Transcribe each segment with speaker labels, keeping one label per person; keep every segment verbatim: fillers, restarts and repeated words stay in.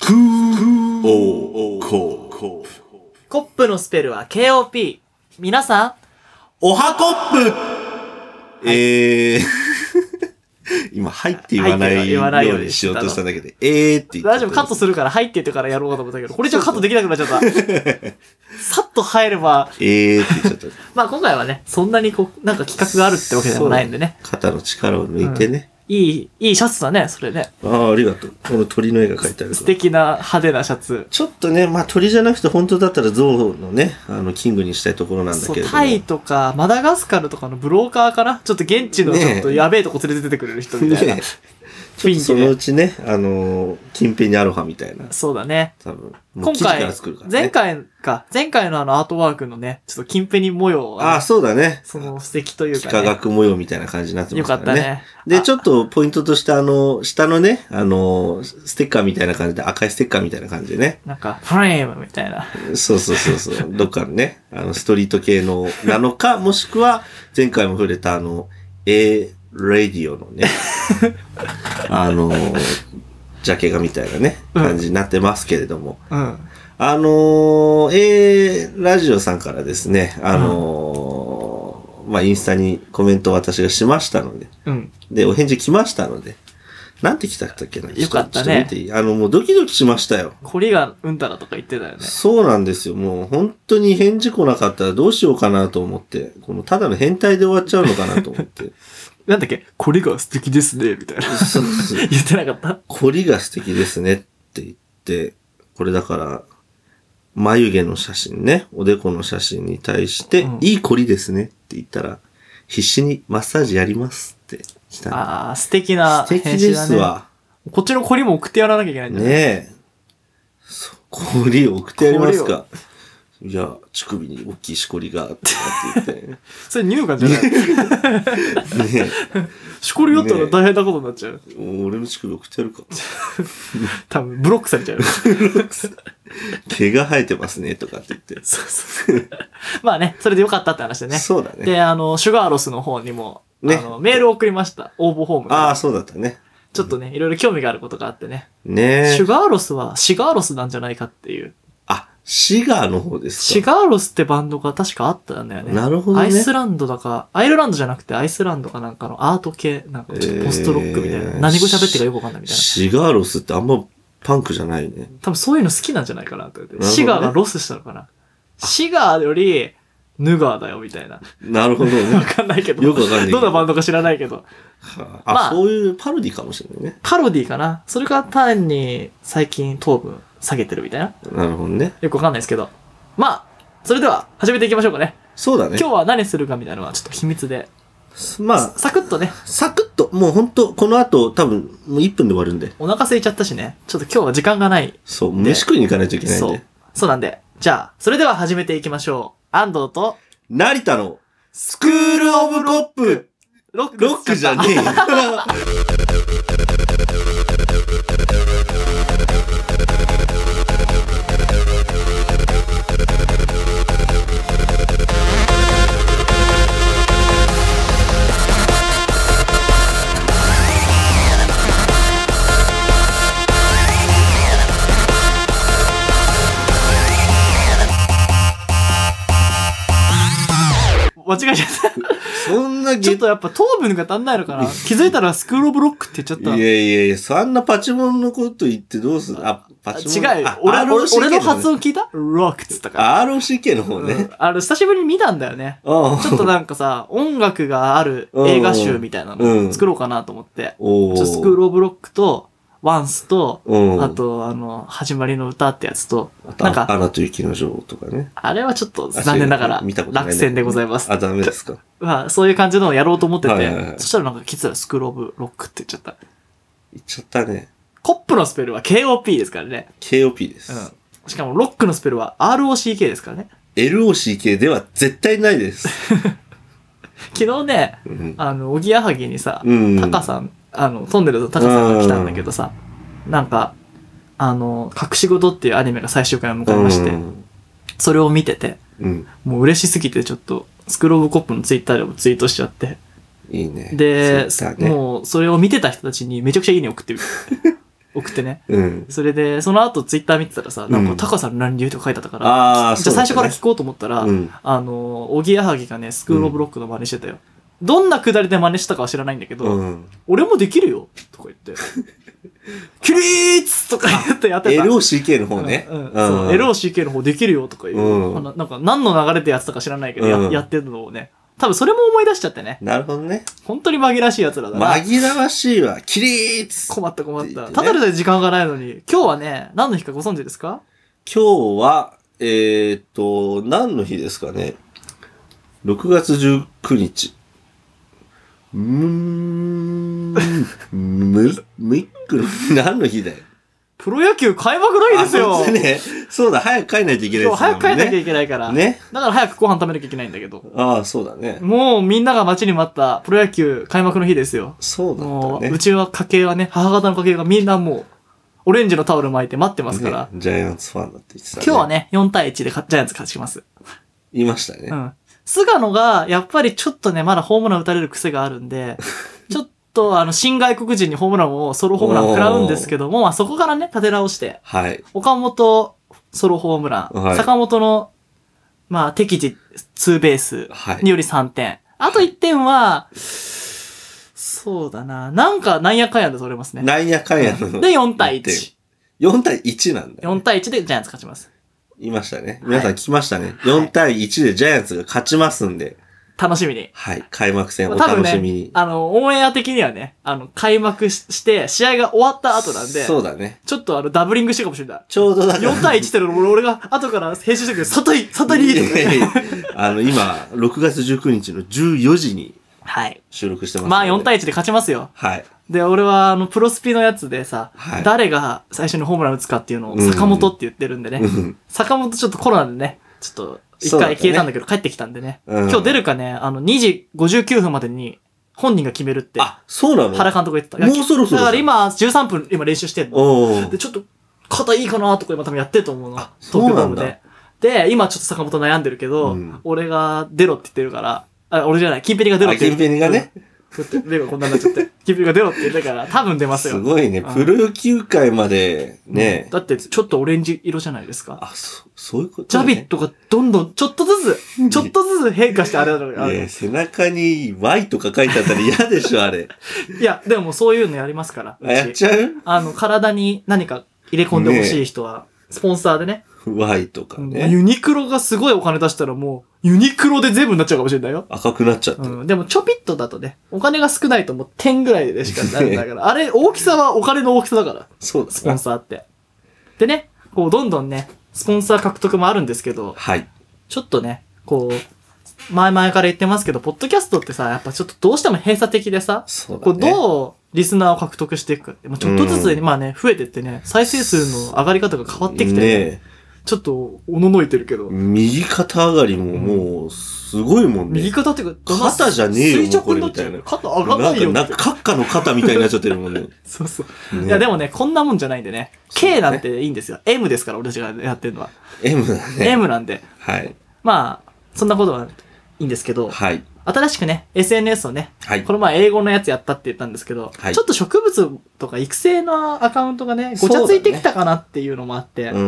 Speaker 1: クーオーコープ。
Speaker 2: コップのスペルは ケーオーピー。皆さん、
Speaker 1: おはコップ、はい、えー、今、はいって言わないようにしようとしただけで、えーって言って。
Speaker 2: 大丈夫、カットするから、はいって言ってからやろうかと思ったけど、これじゃカットできなくなっちゃった。さっと入れば。
Speaker 1: えーって言っちゃった。
Speaker 2: まあ今回はね、そんなにこう、なんか企画があるってわけでもないんでね。
Speaker 1: 肩の力を抜いてね。
Speaker 2: うんいい、いいシャツだね、それね。
Speaker 1: ああ、ありがとう。この鳥の絵が描いてある。
Speaker 2: 素敵な派手なシャツ。
Speaker 1: ちょっとね、まあ鳥じゃなくて本当だったらゾウのね、あの、キングにしたいところなんだけれども。
Speaker 2: タイとか、マダガスカルとかのブローカーかなちょっと現地のちょっとやべえとこ連れて出てくれる人みたいな。ね
Speaker 1: ちょっとそのうちね、あのー、近辺にアロハみたいな。
Speaker 2: そうだね。
Speaker 1: 多分。
Speaker 2: 今回、ね、前回か、前回のあのアートワークのね、ちょっと近辺に模様
Speaker 1: が、ね。ああ、そうだね。
Speaker 2: その素敵というか、ね。
Speaker 1: 幾何学模様みたいな感じになってますからね。
Speaker 2: よかったね。
Speaker 1: で、ちょっとポイントとしてあの、下のね、あの、ステッカーみたいな感じで、赤いステッカーみたいな感じでね。
Speaker 2: なんか、フレームみたいな。
Speaker 1: そうそうそうそう。どっかのね、あの、ストリート系の、なのか、もしくは、前回も触れたあの、A、レディオのね、あの、ジャケ画みたいなね、感じになってますけれども。
Speaker 2: うん。
Speaker 1: あの、A ラジオさんからですね、あの、うん、まあ、インスタにコメントを私がしましたので、
Speaker 2: うん。
Speaker 1: で、お返事来ましたので、なんて来たっけな。
Speaker 2: よかったね。
Speaker 1: ちょっと見ていい？あの、もうドキドキしましたよ。
Speaker 2: コリがうんたらとか言ってたよね。
Speaker 1: そうなんですよ。もう本当に返事来なかったらどうしようかなと思って、このただの変態で終わっちゃうのかなと思って。
Speaker 2: なんだっけこれが素敵ですねみたいな。そうそう言ってなかった
Speaker 1: こりが素敵ですねって言って、これだから、眉毛の写真ね、おでこの写真に対して、うん、いいこりですねって言ったら、必死にマッサージやりますって来た。
Speaker 2: ああ、素敵な
Speaker 1: 返事だね。素敵ですわ。
Speaker 2: こっちのこりも送ってやらなきゃいけないんだね。
Speaker 1: ねえ。そう、こりを送ってやりますか。いや、乳首に大きいしこりが、って言って。
Speaker 2: それ乳がんじゃないねえ。しこりだったら大変なことになっちゃう。ね、
Speaker 1: 俺の乳首送ってやるか。
Speaker 2: 多分、ブロックされちゃう。
Speaker 1: 毛が生えてますね、とかって言って。
Speaker 2: そうそう。まあね、それでよかったって話でね。
Speaker 1: そうだね。
Speaker 2: で、あの、シュガーロスの方にも、ね、あのメールを送りました。応募フォーム。
Speaker 1: ああ、そうだったね。
Speaker 2: ちょっとね、いろいろ興味があることがあってね。
Speaker 1: ねえ。
Speaker 2: シュガーロスはシガーロスなんじゃないかっていう。
Speaker 1: あ、シガーの方ですか。
Speaker 2: シガーロスってバンドが確かあったんだよね。
Speaker 1: なるほどね。
Speaker 2: アイスランドだか、アイルランドじゃなくてアイスランドかなんかのアート系、なんかちょっとポストロックみたいな。えー、何語喋ってかよくわかんないみたいな。
Speaker 1: シガーロスってあんまパンクじゃないね。
Speaker 2: 多分そういうの好きなんじゃないかなと思って。ね、シガーがロスしたのかな。シガーより、ヌガーだよみたいな。
Speaker 1: なるほどね。
Speaker 2: わかんないけど。
Speaker 1: よくわかんないけど。
Speaker 2: どんなバンドか知らないけど。
Speaker 1: はあ、まあ、そういうパロディかもしれないね。
Speaker 2: パロディかな。それか単に最近糖分下げてるみたいな。
Speaker 1: なるほどね。
Speaker 2: よくわかんないですけど。まあ、それでは始めていきましょうかね。
Speaker 1: そうだね。
Speaker 2: 今日は何するかみたいなのはちょっと秘密で。
Speaker 1: まあ、
Speaker 2: サクッとね。
Speaker 1: サクッと、もうほんと、この後多分もういっぷんで終わるんで。
Speaker 2: お腹空いちゃったしね。ちょっと今日は時間がない。
Speaker 1: そう、飯食いに行かないといけないんで。
Speaker 2: そう。そうなんで。じゃあ、それでは始めていきましょう。安藤と、
Speaker 1: 成田のスクールオブコップ。
Speaker 2: ロック。
Speaker 1: ロックじゃねえよ。
Speaker 2: 間違えちゃった。
Speaker 1: そんな
Speaker 2: ちょっとやっぱ糖分が足んないのかな。気づいたらスクールオブロックって言っちゃった。
Speaker 1: いやいやいや、そんなパチモンのこと言ってどうする？あ、パチモン。
Speaker 2: 違うよ。俺、俺の発音聞いた？ロックって言ったから。
Speaker 1: アールオーシーケー の方ね。うん、
Speaker 2: あの、久しぶりに見たんだよね。ちょっとなんかさ、音楽がある映画集みたいなのを作ろうかなと思って。うん、ちょスクールオブロックと、ワンスと、あと、あの、始まりの歌ってやつと、
Speaker 1: なんか、アナと雪の女王とかね。
Speaker 2: あれはちょっと残念ながら、落選でございます。
Speaker 1: あ、ダメですか。
Speaker 2: まあ、そういう感じのをやろうと思ってて、はいはいはい、そしたらなんか気づいたらスクールオブロックって言っちゃった。
Speaker 1: 言っちゃったね。
Speaker 2: コップのスペルは ケーオーピー ですからね。
Speaker 1: ケーオーピー です。
Speaker 2: うん。しかもロックのスペルは アールオーシーケー ですからね。
Speaker 1: エルオーシーケー では絶対ないです。
Speaker 2: 昨日ね、うん、あの、おぎやはぎにさ、
Speaker 1: うんうん、
Speaker 2: タカさん、あの、トンネルズのタカさんが来たんだけどさ、なんか、あの、隠し事っていうアニメが最終回を迎えまして、うん、それを見てて、
Speaker 1: うん、
Speaker 2: もう嬉しすぎてちょっと、スクローブコップのツイッターでもツイートしちゃって、
Speaker 1: いいね。
Speaker 2: で、ね、もうそれを見てた人たちにめちゃくちゃいいね送ってみる。 送ってね。
Speaker 1: うん。
Speaker 2: それで、その後ツイッター見てたらさ、なんかタカさんの乱流とか書いてあったから、
Speaker 1: ああ、
Speaker 2: じゃあ最初から聞こうと思ったら、
Speaker 1: うん、
Speaker 2: あの、おぎやはぎがね、スクールオブロックの真似してたよ。うん、どんなくだりで真似したかは知らないんだけど、うん、俺もできるよとか言って。キリーツとか言ってやってた。
Speaker 1: エルオーシーケー の方ね。
Speaker 2: うんうん、そう、エルオーシーケー の方できるよとかいう、うん、なんか何の流れでやってたか知らないけど、うん、や, やってるのをね、多分それも思い出しちゃってね。
Speaker 1: なるほどね。
Speaker 2: 本当に紛らわしい奴らだな。
Speaker 1: 紛らわしいわ。キリーツ
Speaker 2: 困った困った。ね、ただでさえ時間がないのに、今日はね、何の日かご存知ですか？
Speaker 1: 今日は、えー、っと、何の日ですかね。ろくがつじゅうくにち。うーん。む、むいっくの何の日だよ。
Speaker 2: プロ野球開幕の日ですよ。
Speaker 1: ね、そうだ、早く帰んないといけないですよ、ね。
Speaker 2: 早く帰んなきゃいけないから。ね。だから早くご飯食べなきゃいけないんだけど。
Speaker 1: ああ、そうだね。
Speaker 2: もうみんなが待ちに待ったプロ野球開幕の日ですよ。
Speaker 1: そうだったね。
Speaker 2: もう、うちは家系はね、母方の家系がみんなもう、オレンジのタオル巻いて待ってますから。
Speaker 1: ね、ジャイアンツファンだって言ってたね。
Speaker 2: 今日はね、よんたいいちでジャイアンツ勝ちます。
Speaker 1: 言いましたね。
Speaker 2: うん。菅野が、やっぱりちょっとね、まだホームラン打たれる癖があるんで、ちょっと、と、あの、新外国人にホームランを、ソロホームランを食らうんですけども、まあそこからね、立て直して、
Speaker 1: はい。
Speaker 2: 岡本、ソロホームラン、はい、坂本の、まあ、適時、ツーベースによりさんてん。はい、あといってんは、そうだな、なんか、なんやかんやで取れますね。
Speaker 1: なんやかんやの。
Speaker 2: で、よんたいいち。
Speaker 1: よんたいいちなんだ、ね。
Speaker 2: よんたいいちでジャイアンツ勝ちます。
Speaker 1: 言いましたね。皆さん聞きましたね。はい、よんたいいちでジャイアンツが勝ちますんで。
Speaker 2: 楽しみに。
Speaker 1: はい。開幕戦お楽しみに。ね、
Speaker 2: あの、オンエア的にはね、あの、開幕して、試合が終わった後なんで。
Speaker 1: そうだね。
Speaker 2: ちょっとあの、ダブリングしてるかもしれない。
Speaker 1: ちょうどだから。
Speaker 2: よんたいいちっての俺が後から編集してくる、サタイ、サタリー
Speaker 1: あの、今、ろくがつじゅうくにちのじゅうよじに。はい。収録してます、ね。
Speaker 2: まあよんたいいちで勝ちますよ。
Speaker 1: はい。
Speaker 2: で、俺は、あの、プロスピのやつでさ、はい、誰が最初にホームラン打つかっていうのを坂本って言ってるんでね。うん、坂本ちょっとコロナでね、ちょっと、一回消えたんだけど、ね、帰ってきたんでね、うん。今日出るかね、あの、にじごじゅうきゅうふんまでに本人が決めるって。
Speaker 1: あ、そうなの？
Speaker 2: 原監督が言ってた。
Speaker 1: もうそろそろ。
Speaker 2: だから今、じゅうさんぷん今練習してんの。で、ちょっと、肩いいかなとか今多分やってると思うの。東京ドームで。で、今ちょっと坂本悩んでるけど、うん、俺が出ろって言ってるから、あ、俺じゃない、キンペニが出ろって言ってる。
Speaker 1: キンペニがね。
Speaker 2: こうやって、目がこんなになっちゃって。キンペニが出ろって言ってたから、多分出ますよ。
Speaker 1: すごいね。プロ野球界までね、
Speaker 2: うん。だってちょっとオレンジ色じゃないですか。
Speaker 1: あ、そ、そういうこと、ね、
Speaker 2: ジャビットがどんどん、ちょっとずつ、ちょっとずつ変化してあれだろうが。
Speaker 1: いや、背中に Y とか書いてあったら嫌でしょ、あれ。
Speaker 2: いや、でもそういうのやりますから。
Speaker 1: やっちゃう？
Speaker 2: あの、体に何か入れ込んでほしい人は、スポンサーでね。
Speaker 1: Y とかね。
Speaker 2: ユニクロがすごいお金出したらもう、ユニクロで全部になっちゃうかもしれないよ。
Speaker 1: 赤くなっちゃって。
Speaker 2: うん。でも、ちょぴっとだとね、お金が少ないともう点ぐらいでしかなるんだから。あれ、大きさはお金の大きさだから。
Speaker 1: そうだね。
Speaker 2: スポンサーって。でね、こう、どんどんね、スポンサー獲得もあるんですけど、はい。ちょっとね、こう、前々から言ってますけど、ポッドキャストってさ、やっぱちょっとどうしても閉鎖的でさ、
Speaker 1: そうだね、
Speaker 2: こうどうリスナーを獲得していくかって、まあ、ちょっとずつ、まあね、増えてってね、再生数の上がり方が変わってきてね、ねちょっと、おののいてるけど。
Speaker 1: 右肩上がりももう、すごいもんね。
Speaker 2: 右肩っていうか、
Speaker 1: 肩じゃねえよ、
Speaker 2: 垂直になっちゃう。肩上がんないよ。
Speaker 1: なんか、なんか、閣下の肩みたいになっちゃってるもんね。
Speaker 2: そうそう、ね。いや、でもね、こんなもんじゃないんでね。K なんていいんですよ。M ですから、俺たちがやってるのは。
Speaker 1: M だね。
Speaker 2: M なんで。
Speaker 1: はい。
Speaker 2: まあ、そんなことはいいんですけど。はい。新しくね、エスエヌエス をね、はい、この前英語のやつやったって言ったんですけど、はい、ちょっと植物とか育成のアカウントがね、ごちゃついてきたかなっていうのもあって、ねうん、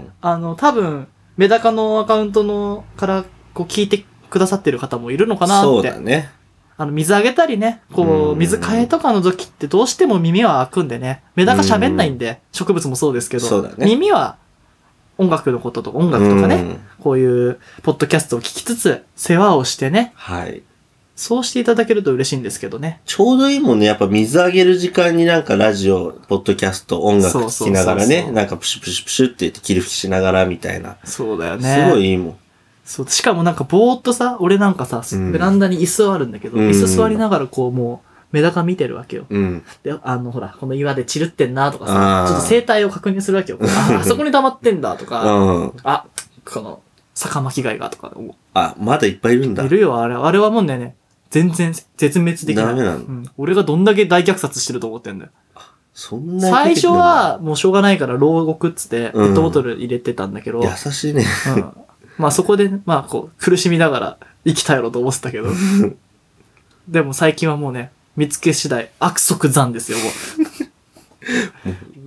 Speaker 2: あの、多分、メダカのアカウントのからこう聞いてくださってる方もいるのかなって。
Speaker 1: そうだね。
Speaker 2: あの、水あげたりね、こう、水替えとかの時ってどうしても耳は開くんでね、メダカ喋んないんで、植物もそうですけど、
Speaker 1: そうだね、
Speaker 2: 耳は音楽のこととか音楽とかね、こういうポッドキャストを聞きつつ、世話をしてね、はい。そうしていただけると嬉しいんですけどね。
Speaker 1: ちょうどいいもんね。やっぱ水あげる時間になんかラジオ、ポッドキャスト、音楽聴きながらね、そうそうそうそうなんかプシュプシュプシュって言って霧吹きしながらみたいな。
Speaker 2: そうだよね。
Speaker 1: すごいいいもん。
Speaker 2: そう。しかもなんかぼーっとさ、俺なんかさ、うん、ベランダに椅子はあるんだけど、うん、椅子座りながらこうもう、メダカ見てるわけよ。うん、で、あのほら、この岩で散るってんなとかさ、ちょっと生態を確認するわけよ。あ、あそこに溜まってんだとか、うん、あ、この、坂巻貝がとか。
Speaker 1: あ、まだいっぱいいるんだ。
Speaker 2: いるよ、あれ。あれはもうね、全然絶滅できない。
Speaker 1: ダメなの、うん、
Speaker 2: 俺がどんだけ大虐殺してると思ってんだよ。
Speaker 1: そんな
Speaker 2: 最初はもうしょうがないから牢獄っつってペットボトル入れてたんだけど。
Speaker 1: うん、優しいね。
Speaker 2: うん。まあそこで、まあこう苦しみながら生きたやろうと思ってたけど。でも最近はもうね、見つけ次第悪即残ですよ、もう。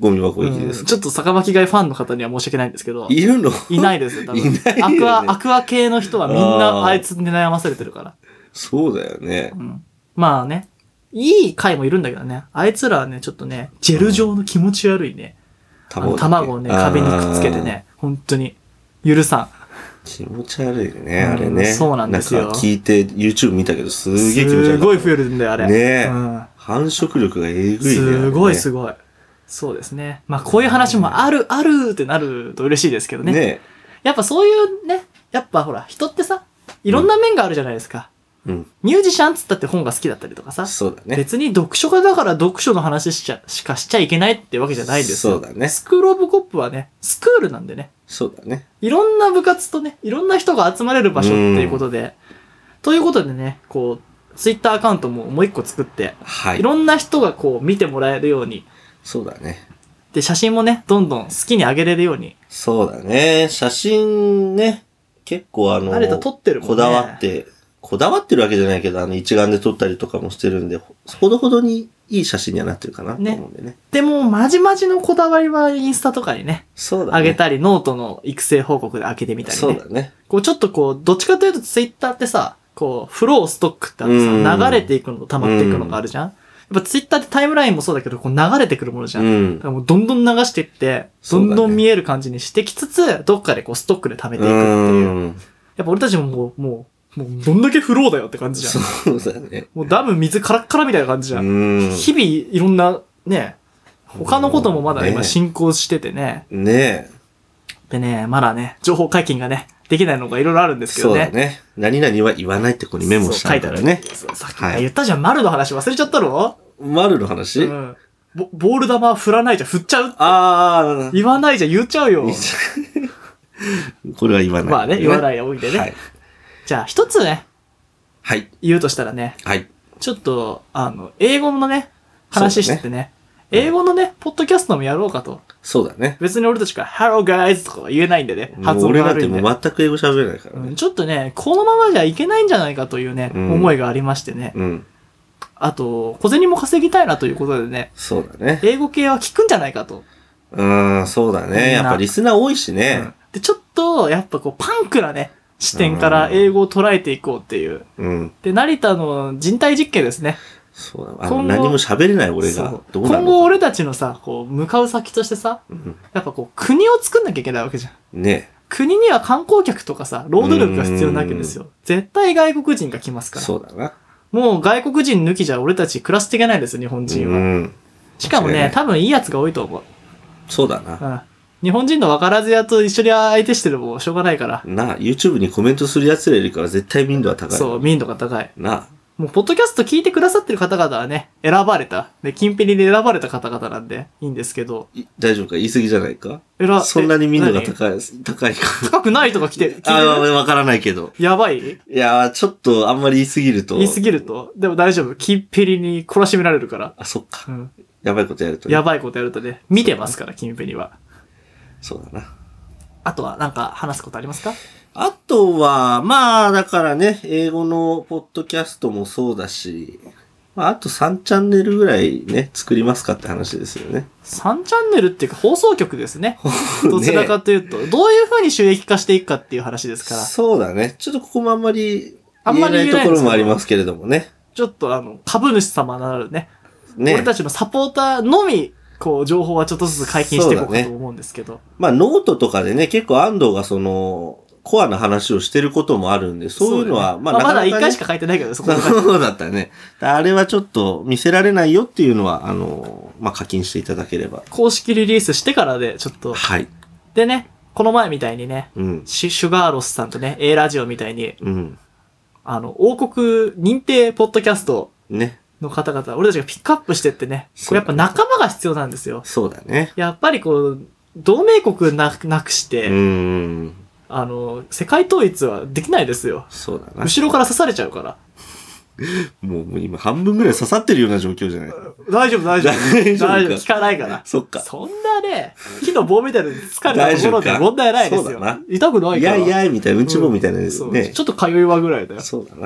Speaker 1: ゴミ箱行きですか、
Speaker 2: うん、ちょっと坂巻貝ファンの方には申し訳ないんですけど。
Speaker 1: いるの？
Speaker 2: いないですよ、多分。
Speaker 1: いないよね。
Speaker 2: アクア、アクア系の人はみんなあいつで悩まされてるから。
Speaker 1: そうだよね。
Speaker 2: うん。まあね。いい貝もいるんだけどね。あいつらはね、ちょっとね、ジェル状の気持ち悪いね。うん、卵をね、壁にくっつけてね、本当に許さん。
Speaker 1: 気持ち悪いね、あれね。
Speaker 2: そうなんですよ。
Speaker 1: なんか聞いて YouTube 見たけど、すげえ気持ち悪い。
Speaker 2: すごい増えるんだよ、あれ。
Speaker 1: ねえ、うん。繁殖力がえぐいね。
Speaker 2: すごいすごい。そうですね。まあこういう話もある、あるってなると嬉しいですけどね。ねやっぱそういうね、やっぱほら、人ってさ、いろんな面があるじゃないですか。うん。ミュージシャンっつったって本が好きだったりとかさ。
Speaker 1: そうだね。
Speaker 2: 別に読書家だから読書の話しちゃ、しかしちゃいけないってわけじゃないんですよ。
Speaker 1: そうだね。
Speaker 2: スクールオブコップはね、スクールなんでね。
Speaker 1: そうだね。
Speaker 2: いろんな部活とね、いろんな人が集まれる場所っていうことで、ということでね、こう、ツイッターアカウントももう一個作って、はい。いろんな人がこう見てもらえるように。
Speaker 1: そうだね。
Speaker 2: で、写真もね、どんどん好きに上げれるように。
Speaker 1: そうだね。写真ね、結構あの、
Speaker 2: あれと撮ってるもんね。
Speaker 1: こだわって、こだわってるわけじゃないけど、あの、一眼で撮ったりとかもしてるんで、ほどほどにいい写真にはなってるかなと思うんでね。ね
Speaker 2: でも、まじまじのこだわりはインスタとかにね、
Speaker 1: そうだね。
Speaker 2: 上げたり、ノートの育成報告で開けてみたりね。
Speaker 1: そうだね。
Speaker 2: こう、ちょっとこう、どっちかというとツイッターってさ、こう、フローストックってあってさ、流れていくのと溜まっていくのがあるじゃん。やっぱツイッターってタイムラインもそうだけど、こう流れてくるものじゃん。うん、だからもうどんどん流していって、どんどん見える感じにしてきつつ、どっかでこうストックで溜めていくっていう。うんやっぱ俺たちももう、もう、もうどんだけフローだよって感じじゃ
Speaker 1: ん。そうだね。
Speaker 2: もうダム水カラッカラみたいな感じじゃん。うん日々いろんな、ね、他のこともまだ今進行しててね。
Speaker 1: ねえ。
Speaker 2: でね、まだね、情報解禁がね、できないのがいろいろあるんですけどね。
Speaker 1: そうだね。何々は言わないってここにメモしたからね。
Speaker 2: そう書いてある。さっき、はい、言ったじゃん、丸の話忘れちゃったの？
Speaker 1: 丸の話？
Speaker 2: うん。ボ、ボール球振らないじゃん、振っちゃうって。
Speaker 1: ああ。
Speaker 2: 言わないじゃん、言っちゃうよ。
Speaker 1: これは言わない、
Speaker 2: まあね、言わないでおいてね。はい。じゃあ、一つね。
Speaker 1: はい。
Speaker 2: 言うとしたらね。はい。ちょっと、あの、英語のね、話しててね。ね英語のね、ポッドキャストもやろうかと。
Speaker 1: そうだね。
Speaker 2: 別に俺たちから、Hello guys とかは言えないんでね。
Speaker 1: 発音が悪いんで。俺なんてもう全く英語喋れないからね、
Speaker 2: うん。ちょっとね、このままじゃいけないんじゃないかというね、うん、思いがありましてね。うん。あと、小銭も稼ぎたいなということでね。
Speaker 1: そうだね。
Speaker 2: 英語系は聞くんじゃないかと。
Speaker 1: うーん、そうだね。やっぱリスナー多いしね。
Speaker 2: うん、で、ちょっと、やっぱこう、パンクなね、視点から英語を捉えていこうっていう。うん。で、成田の人体実験ですね。
Speaker 1: そうだ。あの何も喋れない俺が。
Speaker 2: どうなの？今後俺たちのさ、こう、向かう先としてさ、うん、やっぱこう、国を作んなきゃいけないわけじゃん。ね。国には観光客とかさ、労働力が必要なわけですよ。絶対外国人が来ますから。
Speaker 1: そうだな。
Speaker 2: もう外国人抜きじゃ俺たち暮らしていけないですよ、日本人は。うん。しかもね、多分いいやつが多いと思う。
Speaker 1: そうだな。
Speaker 2: うん。日本人の分からず屋と一緒に相手してるもしょうがないから。
Speaker 1: なあ、YouTube にコメントする奴らいるから絶対民度は高い。
Speaker 2: そう、民度が高い。
Speaker 1: なあ。
Speaker 2: もう、ポッドキャスト聞いてくださってる方々はね、選ばれた。で、キンペリで選ばれた方々なんで、いいんですけど。
Speaker 1: 大丈夫か言い過ぎじゃないかえら、そんなに民度が高い、高いか。
Speaker 2: 高くない人が来て、聞いてる。
Speaker 1: ああ、わからないけど。
Speaker 2: やばい？
Speaker 1: いやちょっとあんまり言い過ぎると。
Speaker 2: 言い過ぎると。でも大丈夫。キンペリに懲らしめられるから。
Speaker 1: あ、そっか。うん。やばいことやると
Speaker 2: ね。やばいことやるとね、見てますから、キンペリは。
Speaker 1: そうだな。
Speaker 2: あとはなんか話すことありますか？
Speaker 1: あとは、まあ、だからね、英語のポッドキャストもそうだし、まあ、あとさんチャンネルぐらいね、作りますかって話ですよね。
Speaker 2: さんチャンネルっていうか放送局ですね。どちらかというと、どういう風に収益化していくかっていう話ですから。
Speaker 1: そうだね。ちょっとここもあんまり言えないところもありますけれどもね。
Speaker 2: ちょっとあの、株主様なるね。ね。俺たちのサポーターのみ、こう、情報はちょっとずつ解禁していこうかと思うんですけど。ね、
Speaker 1: まあ、ノートとかでね、結構安藤がその、コアな話をしてることもあるんで、そういうのは、
Speaker 2: ね、まあ、まあ、まだ一回しか書いてないけど、
Speaker 1: そこそうだったね。あれはちょっと見せられないよっていうのは、あの、まあ、課金していただければ。
Speaker 2: 公式リリースしてからで、ちょっと。
Speaker 1: はい。
Speaker 2: でね、この前みたいにね、うん、シュガーロスさんとね、A ラジオみたいに、うん、あの、王国認定ポッドキャスト。ね。の方々、俺たちがピックアップしてってね、これやっぱ仲間が必要なんですよ。
Speaker 1: そうだね。
Speaker 2: やっぱりこう、同盟国なくなくして、うんあの、世界統一はできないですよ。
Speaker 1: そうだな。
Speaker 2: 後ろから刺されちゃうから。
Speaker 1: もう、もう今半分ぐらい刺さってるような状況じゃない。
Speaker 2: 大丈夫、大丈夫。大丈夫。大丈夫。聞かないから。
Speaker 1: そっか。
Speaker 2: そんなね、木の棒みたいなのに疲れたところで問題ないですよ。そうだな。痛くないから。
Speaker 1: いやいやみたいな、うんち棒みたいなですね、
Speaker 2: うん。ちょっとかゆいわぐらいだよ。
Speaker 1: そうだな。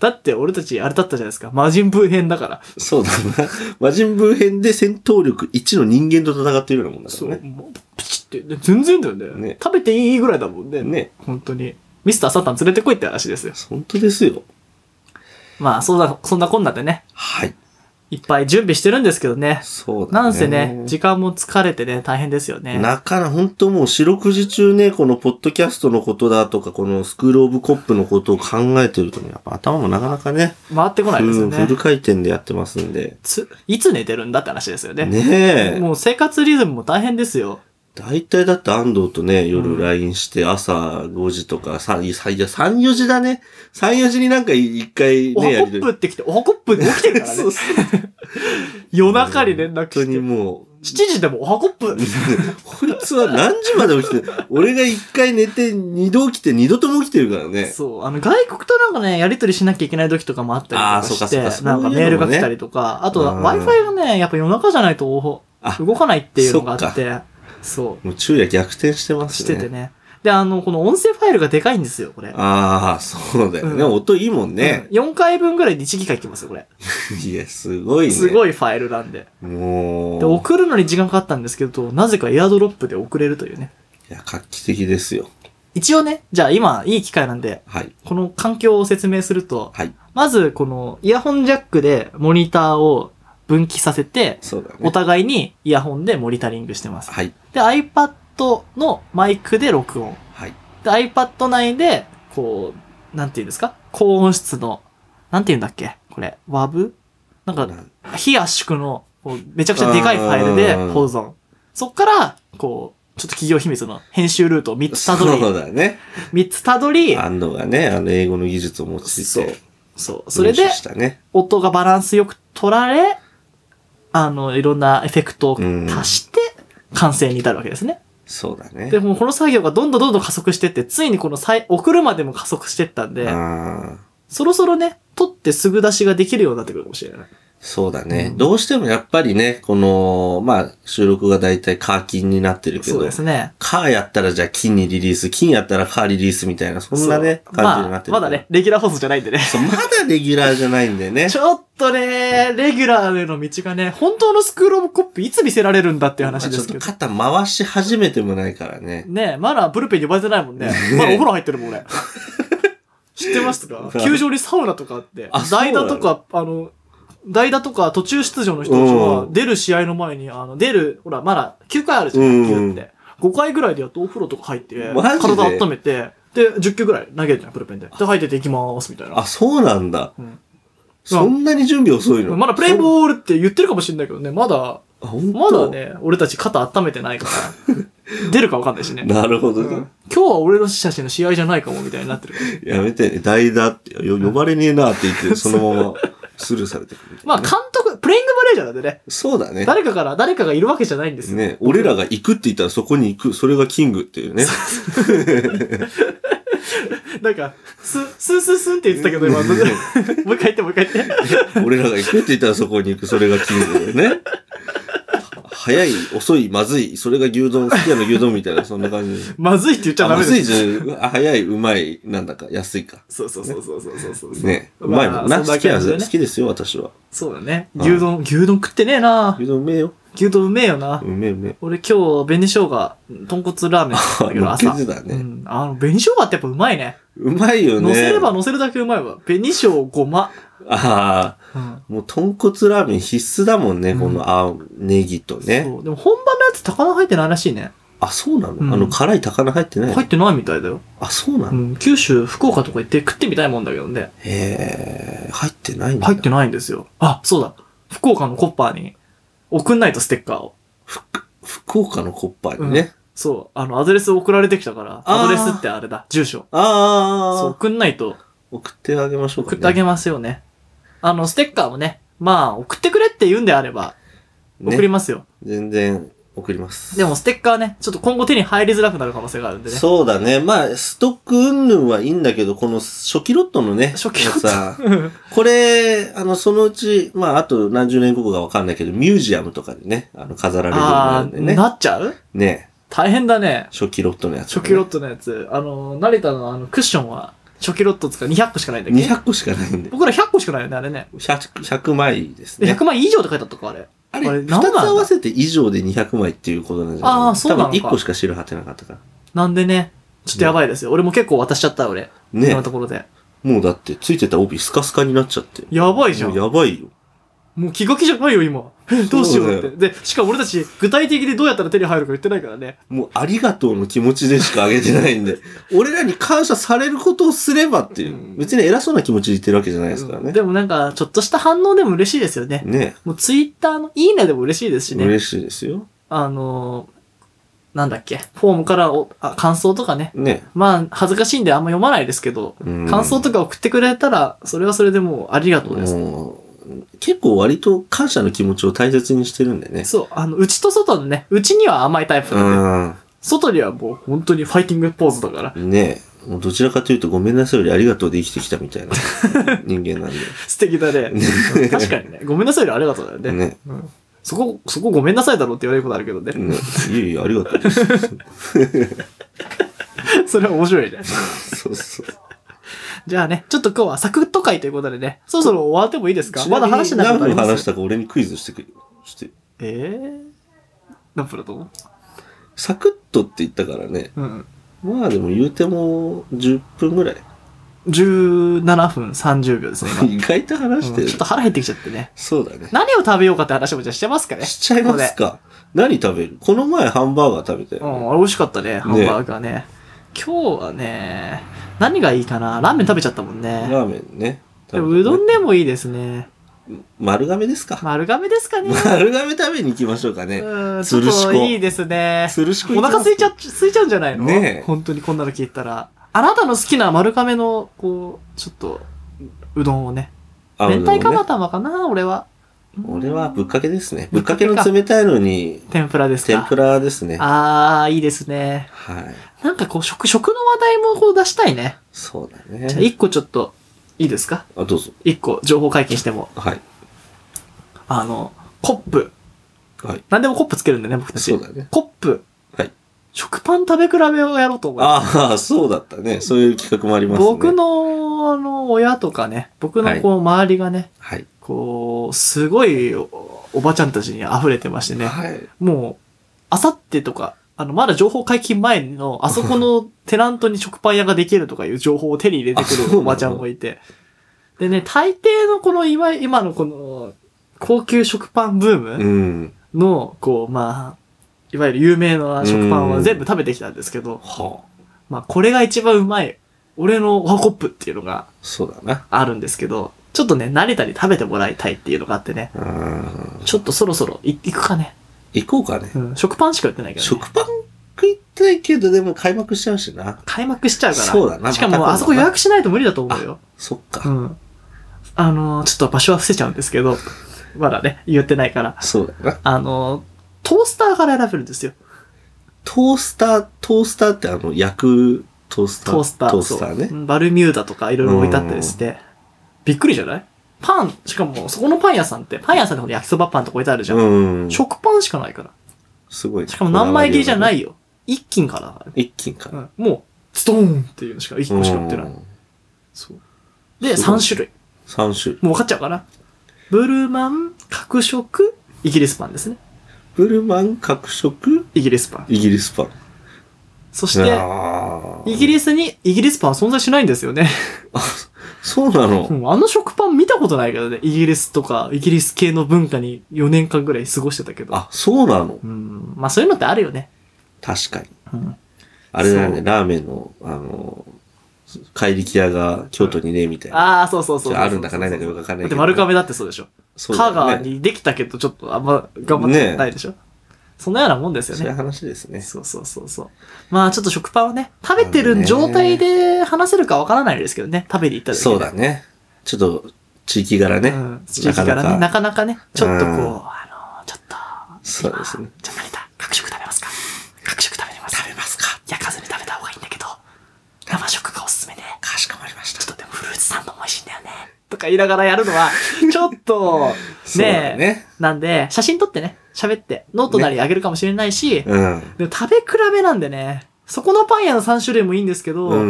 Speaker 2: だって俺たちあれだったじゃないですか。魔人ブー編だから。
Speaker 1: そうだな。魔人ブー編で戦闘力いちの人間と戦っているようなもんだからね。
Speaker 2: そう。プチって、全然だよね。ね、食べていいぐらいだもんね。ね。本当に。ミスターサタン連れてこいって話ですよ。
Speaker 1: 本当ですよ。
Speaker 2: まあ、そんな、そんなこんなでね。
Speaker 1: はい。
Speaker 2: いっぱい準備してるんですけどね。
Speaker 1: そうだね。
Speaker 2: なんせね、時間も疲れてね、大変ですよね。
Speaker 1: なかなか本当もう四六時中ね、このポッドキャストのことだとか、このスクールオブコップのことを考えてるとね、やっぱ頭もなかなかね。
Speaker 2: 回ってこないですよね。
Speaker 1: フル回転でやってますんで。
Speaker 2: つ、いつ寝てるんだって話ですよね。
Speaker 1: ねえ。
Speaker 2: もう生活リズムも大変ですよ。
Speaker 1: 大体だって安藤とね、夜 ライン して朝ごじとか、さ、いや、さん、よじだね。さん、よじになんか一回ね、
Speaker 2: おはコップって来て、おはコップで起きてるからね。そうそう夜中に連絡して。
Speaker 1: 本当にも
Speaker 2: う。しちじでもおはコップ
Speaker 1: こいつは何時まで起きてる俺が一回寝て二度起きて二度とも起きてるからね。
Speaker 2: そう。あの、外国となんかね、やりとりしなきゃいけない時とかもあったりとかして。あ、そうかそうか。なんかメールが来たりとか。あと、Wi-Fi がね、やっぱ夜中じゃないと動かないっていうのがあって。そう。
Speaker 1: もう昼夜逆転してます
Speaker 2: ね。しててね。で、あの、この音声ファイルがでかいんですよ、これ。
Speaker 1: ああ、そうだよね、うん。音いいもんね、
Speaker 2: うん。よんかいぶんぐらいでいちギガいきますよ、これ。
Speaker 1: いや、すごいね。
Speaker 2: すごいファイルなんで。
Speaker 1: もう。
Speaker 2: で、送るのに時間かかったんですけど、なぜかエアドロップで送れるというね。
Speaker 1: いや、画期的ですよ。
Speaker 2: 一応ね、じゃあ今、いい機会なんで、
Speaker 1: はい。
Speaker 2: この環境を説明すると、
Speaker 1: はい。ま
Speaker 2: ず、この、イヤホンジャックでモニターを分岐させて、
Speaker 1: そうだね。
Speaker 2: お互いにイヤホンでモニタリングしてます。
Speaker 1: はい。
Speaker 2: で、iPad のマイクで録音。
Speaker 1: はい。
Speaker 2: で、iPad 内で、こう、なんて言うんですか？高音質の、なんて言うんだっけこれ、ワブ なんか、非圧縮の、こうめちゃくちゃでかいファイルで保存。そっから、こう、ちょっと企業秘密の編集ルートをみっつたどり。
Speaker 1: そうだね。
Speaker 2: みっつたどり。
Speaker 1: 安藤がね、あの、英語の技術を用いて。
Speaker 2: そう。そう。それで、音がバランスよく取られ、あの、いろんなエフェクトを足して、完成に至るわけですね。
Speaker 1: そうだね。
Speaker 2: でもこの作業がどんどんどんどん加速してって、ついにこの再送るまでも加速してったんで、そろそろね、撮ってすぐ出しができるようになってくるかもしれない。
Speaker 1: そうだね、うん。どうしてもやっぱりね、この、まあ、収録がだいたいカー金になってるけど、
Speaker 2: そうですね。
Speaker 1: カーやったらじゃあ金にリリース、金やったらカーリリースみたいな、そんなね、感じになってる、
Speaker 2: まあ。まだね、レギュラー放送じゃないんでね。
Speaker 1: そう、まだレギュラーじゃないんでね。
Speaker 2: ちょっとね、レギュラーへの道がね、本当のスクールオブコップいつ見せられるんだっていう話ですけど。
Speaker 1: まあ、ちょっと肩回し始めてもないからね。
Speaker 2: ねえ、まだブルペンに呼ばれてないもんね。まだお風呂入ってるもん俺。知ってますか？球場にサウナとかあって、代打とか、あの、代打とか途中出場の人たちは、出る試合の前に、あの、出る、ほら、まだきゅうかいあるじゃん、野球って。ごかいぐらいでやっとお風呂とか入って、体温めて、で、じゅっきゅうぐらい投げるじゃん、プルペンで。で、入ってて行きまーす、みたいな。
Speaker 1: あ、そうなんだ。うん、そんなに準備遅いの？
Speaker 2: まだプレイボールって言ってるかもしれないけどね、まだ、まだね、俺たち肩温めてないから、出るか分かんないしね。
Speaker 1: なるほどね、うん。
Speaker 2: 今日は俺のたちの試合じゃないかも、みたいになってるから。
Speaker 1: やめてね、代打って呼ばれねえなって言って、そのまま。スルーされてくる、ね。
Speaker 2: まあ監督、プレイングマネージャーなんでね。
Speaker 1: そうだね。
Speaker 2: 誰かから、誰かがいるわけじゃないんですよ。
Speaker 1: ね、俺らが行くって言ったらそこに行く。それがキングっていうね。
Speaker 2: なんか、ス、スースースンって言ってたけど、今、もう一回言って、もう一回言って。
Speaker 1: 俺らが行くって言ったらそこに行く。それがキングだよね。早い、遅い、まずい、それが牛丼、好きなの牛丼みたいな、そんな感じ。
Speaker 2: まずいって言っちゃダメ
Speaker 1: です。まずいじゃん、早い、うまい、なんだか、安いか。
Speaker 2: そうそうそうそうそうそうそう。
Speaker 1: ね。うまいもんな。好きな、好きですよ、私は。
Speaker 2: そうだね。牛丼、牛丼食ってねえな。
Speaker 1: 牛丼うめえよ。
Speaker 2: 牛丼うめえよな。
Speaker 1: うめえうめえ。
Speaker 2: 俺今日、紅生姜、豚骨ラーメンだったけど、朝。
Speaker 1: だね。
Speaker 2: うん。あの、紅生姜ってやっぱうまいね。
Speaker 1: うまいよね。
Speaker 2: 乗せれば乗せるだけうまいわ。紅生姜、ごま。
Speaker 1: ああ、うん、もう豚骨ラーメン必須だもんね、うん、このあネギとね。
Speaker 2: そう。でも本場のやつ高菜入ってないらしいね。
Speaker 1: あ、そうなの、うん、あの辛い高菜入ってない？
Speaker 2: 入ってないみたいだよ。
Speaker 1: あ、そうなの、うん、
Speaker 2: 九州、福岡とか行って食ってみたいもんだけどね。
Speaker 1: へえ、入ってないんだ。
Speaker 2: 入ってないんですよ。あ、そうだ。福岡のコッパーに送んないとステッカーを。
Speaker 1: ふ、福岡のコッパーにね。うん、
Speaker 2: そう。あの、アドレス送られてきたから、アドレスってあれだ、住所。
Speaker 1: ああ。
Speaker 2: そう、送んないと。
Speaker 1: 送ってあげましょうか、ね。
Speaker 2: 送ってあげますよね。あの、ステッカーもね、まあ、送ってくれって言うんであれば、送りますよ。ね、
Speaker 1: 全然、送ります。
Speaker 2: でも、ステッカーね、ちょっと今後手に入りづらくなる可能性があるんでね。
Speaker 1: そうだね。まあ、ストック云々はいいんだけど、この初期ロットのね、
Speaker 2: 初期ロット
Speaker 1: さ、これ、あの、そのうち、まあ、あと何十年後かわかんないけど、ミュージアムとかでね、あの、飾られるようになるんでね。
Speaker 2: なっちゃう
Speaker 1: ね。
Speaker 2: 大変だね。
Speaker 1: 初期ロットのやつ、
Speaker 2: ね。初期ロットのやつ。あの、成田のあの、クッションは、 初期ロット使うにひゃっこしかないんだっけ？
Speaker 1: にひゃっこしかないんで。
Speaker 2: 僕らひゃっこしかないよね、あれね。
Speaker 1: ひゃく、ひゃくまいですね。
Speaker 2: ひゃくまい以上って書いてあったか、あれ。
Speaker 1: あれ、ふたつ合わせて以上でにひゃくまいっていうことなんじゃない？
Speaker 2: ああ、そうなのか。
Speaker 1: 多分いっこしか白貼ってなかったから。
Speaker 2: なんでね、ちょっとやばいですよ。ね、俺も結構渡しちゃった、俺。ね。今のところで。
Speaker 1: もうだって、ついてた帯スカスカになっちゃって。
Speaker 2: やばいじゃん。
Speaker 1: もうやばいよ。
Speaker 2: もう気が気じゃないよ、今。え、どうしようって。で、しかも俺たち、具体的にどうやったら手に入るか言ってないからね。
Speaker 1: もう、ありがとうの気持ちでしかあげてないんで、俺らに感謝されることをすればっていう、うん、別に偉そうな気持ちで言ってるわけじゃないですからね。うん、
Speaker 2: でもなんか、ちょっとした反応でも嬉しいですよね。
Speaker 1: ね。
Speaker 2: もうツイッターのいいねでも嬉しいですしね。
Speaker 1: 嬉しいですよ。
Speaker 2: あのー、なんだっけ、フォームからおあ感想とかね。
Speaker 1: ね。
Speaker 2: まあ、恥ずかしいんであんま読まないですけど、うん、感想とか送ってくれたら、それはそれでもうありがとうです。
Speaker 1: 結構割と感謝の気持ちを大切にしてるんでね。
Speaker 2: そう。あの、内と外のね、内には甘いタイプなんで、外にはもう本当にファイティングポーズだから。
Speaker 1: ねえ。もうどちらかというとごめんなさいよりありがとうで生きてきたみたいな人間なんで。
Speaker 2: 素敵だね。確かにね。ごめんなさいよりありがとうだよね。ね。うん、そこ、そこごめんなさいだろうって言われることあるけどね。ね
Speaker 1: いえいえ、ありがとうです。
Speaker 2: それは面白いね。
Speaker 1: そうそう。
Speaker 2: じゃあね、ちょっと今日はサクッと会ということでね、そろそろ終わってもいいですか？まだ話してないことあります？
Speaker 1: 何分話したか俺にクイズしてくれ。して。
Speaker 2: えー、何分だと思う？
Speaker 1: サクッとって言ったからね。うん。まあでも言うてもじゅっぷんぐらい。
Speaker 2: じゅうななふんさんじゅうびょうですね、今。
Speaker 1: 意外と話してる、うん。
Speaker 2: ちょっと腹減ってきちゃってね。
Speaker 1: そうだね。
Speaker 2: 何を食べようかって話もじゃあしてますかね？
Speaker 1: しちゃいますか。何食べる？この前ハンバーガー食べたよ、ね。
Speaker 2: うん、あれ美味しかったね、ハンバーガーね。ね今日はね、何がいいかな？ラーメン食べちゃったもんね。
Speaker 1: ラーメンね。
Speaker 2: でもうどんでもいいですね。
Speaker 1: 丸亀ですか？
Speaker 2: 丸亀ですかね。
Speaker 1: 丸亀食べに行きましょうかね。
Speaker 2: うん、ちょっといいですね。
Speaker 1: つるしこ。
Speaker 2: お腹空いちゃ、空いちゃうんじゃないの？
Speaker 1: ねえ。
Speaker 2: 本当にこんなの聞いたら。あなたの好きな丸亀の、こう、ちょっと、うどんをね。明太釜玉かな、俺は。
Speaker 1: 俺はぶっかけですね。ぶっかけの冷たいのに。
Speaker 2: 天ぷらですか？
Speaker 1: 天ぷらですね。
Speaker 2: あー、いいですね。
Speaker 1: はい。
Speaker 2: なんかこう、食、食の話題もこう出したいね。
Speaker 1: そうだね。
Speaker 2: じゃあ一個ちょっと、いいですか？
Speaker 1: あ、どうぞ。
Speaker 2: 一個、情報解禁しても。
Speaker 1: はい。
Speaker 2: あの、コップ。
Speaker 1: はい。
Speaker 2: 何でもコップつけるんだよね、僕たち。
Speaker 1: そうだね。
Speaker 2: コップ。
Speaker 1: はい。
Speaker 2: 食パン食べ比べをやろうと思います。
Speaker 1: ああ、そうだったね。そういう企画もありますね。
Speaker 2: 僕の、あの、親とかね、僕のこう、周りがね、
Speaker 1: はい。
Speaker 2: こう、すごいお、おばちゃんたちに溢れてましてね。
Speaker 1: はい。
Speaker 2: もう、あさってとか、あの、まだ情報解禁前の、あそこのテナントに食パン屋ができるとかいう情報を手に入れてくるおばちゃんもいて。でね、大抵のこの今、今のこの、高級食パンブームの、こう、まあ、いわゆる有名な食パンは全部食べてきたんですけど、はあ、まあ、これが一番うまい、俺のワコップっていうのが、
Speaker 1: そうだな。
Speaker 2: あるんですけど、ちょっとね、成田に食べてもらいたいっていうのがあってね、ちょっとそろそろい行くかね。
Speaker 1: 行こうかね。
Speaker 2: うん、食パンしか売ってないけどね。
Speaker 1: 食パン食いたいけど、でも開幕しちゃうしな。
Speaker 2: 開幕しちゃうから。
Speaker 1: そうだな。
Speaker 2: しかも、あそこ予約しないと無理だと思うよ。
Speaker 1: そっか。
Speaker 2: うん。あのー、ちょっと場所は伏せちゃうんですけど、まだね、言ってないから。
Speaker 1: そうだな。
Speaker 2: あのー、トースターから選べるんですよ。
Speaker 1: トースター、トースターってあの、焼くトースター。
Speaker 2: トースター。
Speaker 1: トースターね。
Speaker 2: バルミューダとかいろいろ置いてあったりして。びっくりじゃない？パン、しかもそこのパン屋さんって、パン屋さんで焼きそばパンとか置いてあるじゃん。うん。食パンしかないから。すごい。しかも何枚切りじゃないよ。一斤からだからね。
Speaker 1: 一斤から。
Speaker 2: うん。もう、ストーンっていうのしか、一個しか売ってない。そう。で、三種類。
Speaker 1: 三種類。
Speaker 2: もう分かっちゃうかな。ブルマン、角食、イギリスパンですね。
Speaker 1: ブルマン、角食、
Speaker 2: イギリスパン。
Speaker 1: イギリスパン。
Speaker 2: そして、イギリスに、イギリスパンは存在しないんですよね。
Speaker 1: あ、そうなの、
Speaker 2: うん、あの食パン見たことないけどね。イギリスとか、イギリス系の文化によねんかんぐらい過ごしてたけど。
Speaker 1: あ、そうなの？
Speaker 2: うん。まあそういうのってあるよね。
Speaker 1: 確かに。うん、あれだよね、ラーメンの、あの、怪力屋が京都にね、みたいな。
Speaker 2: ああ、そうそうそうそう。
Speaker 1: あるんだかないんだかよくわかんないけど。
Speaker 2: だって丸亀だってそうでしょ。そうだね。香川にできたけど、ちょっとあんま頑張ってないでしょ。ね、そんなようなもんですよね。
Speaker 1: そういう話ですね。
Speaker 2: そうそうそうそう。まあちょっと食パンをね、食べてる状態で話せるかわからないですけどね。食べに行った時に。
Speaker 1: そうだね。ちょっと、地域柄ね。うん、
Speaker 2: 地域柄ね。なかなかね、ちょっとこう、うん、あの、ちょっと。
Speaker 1: そうですね。
Speaker 2: じゃあ成田、各食食べますか？各食食べれます。
Speaker 1: 食べますか？
Speaker 2: 焼かずに食べた方がいいんだけど、生食がおすすめで。
Speaker 1: かしこまりました。
Speaker 2: ちょっとでもフルーツサンドも美味しいんだよね。とか言いながらやるのは、ちょっと、ねえ、ね、なんで、写真撮ってね、喋って、ノートなりあげるかもしれないし、ね、うん、でも食べ比べなんでね、そこのパン屋のさん種類もいいんですけど、うん、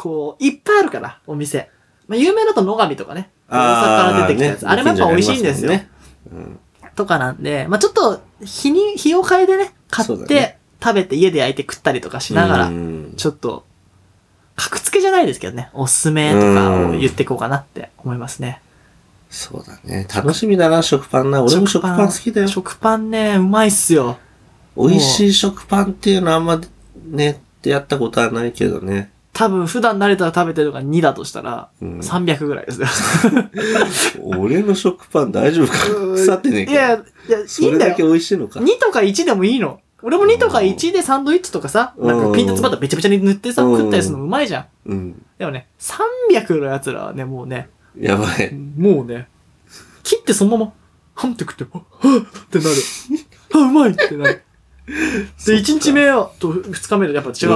Speaker 2: こう、いっぱいあるから、お店。まあ、有名だと野上とかね。大阪から出てきたやつ。あ,、ね、あれもやっぱ美味しいんですよ。ねうん、とかなんで、まあちょっと、日に、日を変えでね、買って、ね、食べて家で焼いて食ったりとかしながら、ちょっと、格付けじゃないですけどね、おすすめとかを言っていこうかなって思いますね。
Speaker 1: そうだね。楽しみだな、食パンな。俺も食パン好きだよ。
Speaker 2: 食パンね、うまいっすよ。
Speaker 1: 美味しい食パンっていうのはあんまね、ってやったことはないけどね。
Speaker 2: 多分普段慣れたら食べてるのがにだとしたら、さんびゃくぐらいですよ。
Speaker 1: 俺の食パン大丈夫か腐ってねえか。
Speaker 2: いや、いや、いいんだよ。
Speaker 1: それだけ美味しいのか。
Speaker 2: にとかいちでもいいの。俺もにとかいちでサンドイッチとかさ、なんかピントツバッタべちゃべちゃに塗ってさ、食ったりするのうまいじゃん。うん。でもね、さんびゃくのやつらはね、もうね。
Speaker 1: やばい。
Speaker 2: もうね、切ってそのまま、ハンって食って、はぁってなる。あ、うまいってなる。で、いちにちめとふつかめでやっぱ違うから、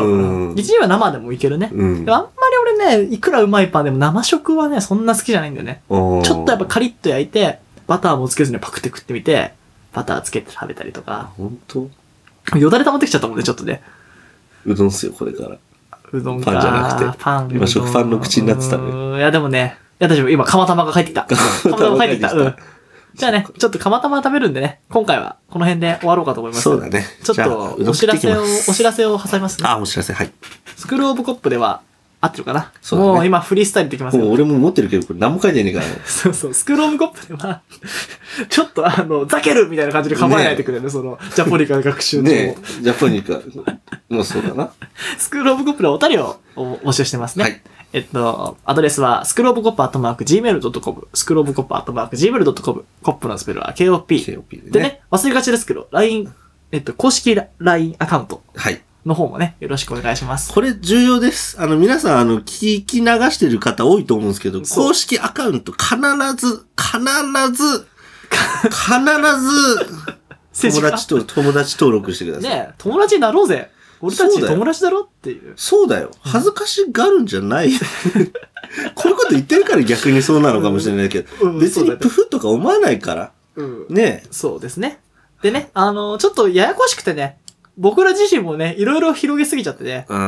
Speaker 2: いちにちめは生でもいけるね。うん、であんまり俺ね、いくらうまいパンでも生食はね、そんな好きじゃないんだよね。ちょっとやっぱカリッと焼いて、バターもつけずにパクって食ってみて、バターつけて食べたりとか。
Speaker 1: ほんと？
Speaker 2: よだれ溜まってきちゃったもんね、ちょっとね。
Speaker 1: うどんっすよ、これから。
Speaker 2: うどんか。
Speaker 1: パンじゃなくて。
Speaker 2: パン。
Speaker 1: 今食パンの口になってたね。
Speaker 2: いやでもね、いや大丈夫、今、釜玉が帰ってきた。釜玉が帰ってきた。うん。じゃあね、ちょっと釜玉食べるんでね、今回はこの辺で終わろうかと思います。
Speaker 1: そうだね。
Speaker 2: ちょっと、お知らせを、お知らせを挟みますね。
Speaker 1: あ、お知らせ、はい。
Speaker 2: スクールオブコップでは、合ってるかなそう、ね、もう今フリースタイルできますよ。
Speaker 1: もう俺も持ってるけど、これ何も書いてねえからね。
Speaker 2: そうそう、スクールオブコップでは、ちょっとあの、ザケルみたいな感じで構えないでくれるね、その、ジャポニカ学習中。
Speaker 1: ねえ、ジャポニカ。もうそうだな。
Speaker 2: スクールオブコップでお便りを募集してますね。はい。えっと、アドレスは、スクールオブコップアットマーク ジーメールドットコム、スクールオブコップアットマーク ジーメールドットコム、コップのスペルは ケーオーピー。ケーオーピー でね。でね、忘れがちですけど、ライン、えっと、公式 ライン アカウント。はい。の方もね、よろしくお願いします。
Speaker 1: これ重要です。あの、皆さん、あの、聞き流してる方多いと思うんですけど、公式アカウント必ず、必ず、必ず、友達と、友達登録してください。
Speaker 2: ねえ、友達になろうぜ。俺たち友達だろっていう。
Speaker 1: そうだよ。恥ずかしがるんじゃない。こういうこと言ってるから逆にそうなのかもしれないけど、うんうん、別にプフとか思わないから。うん、ねえ。
Speaker 2: そうですね。でね、あの、ちょっとややこしくてね、僕ら自身もね、いろいろ広げすぎちゃってね。うん。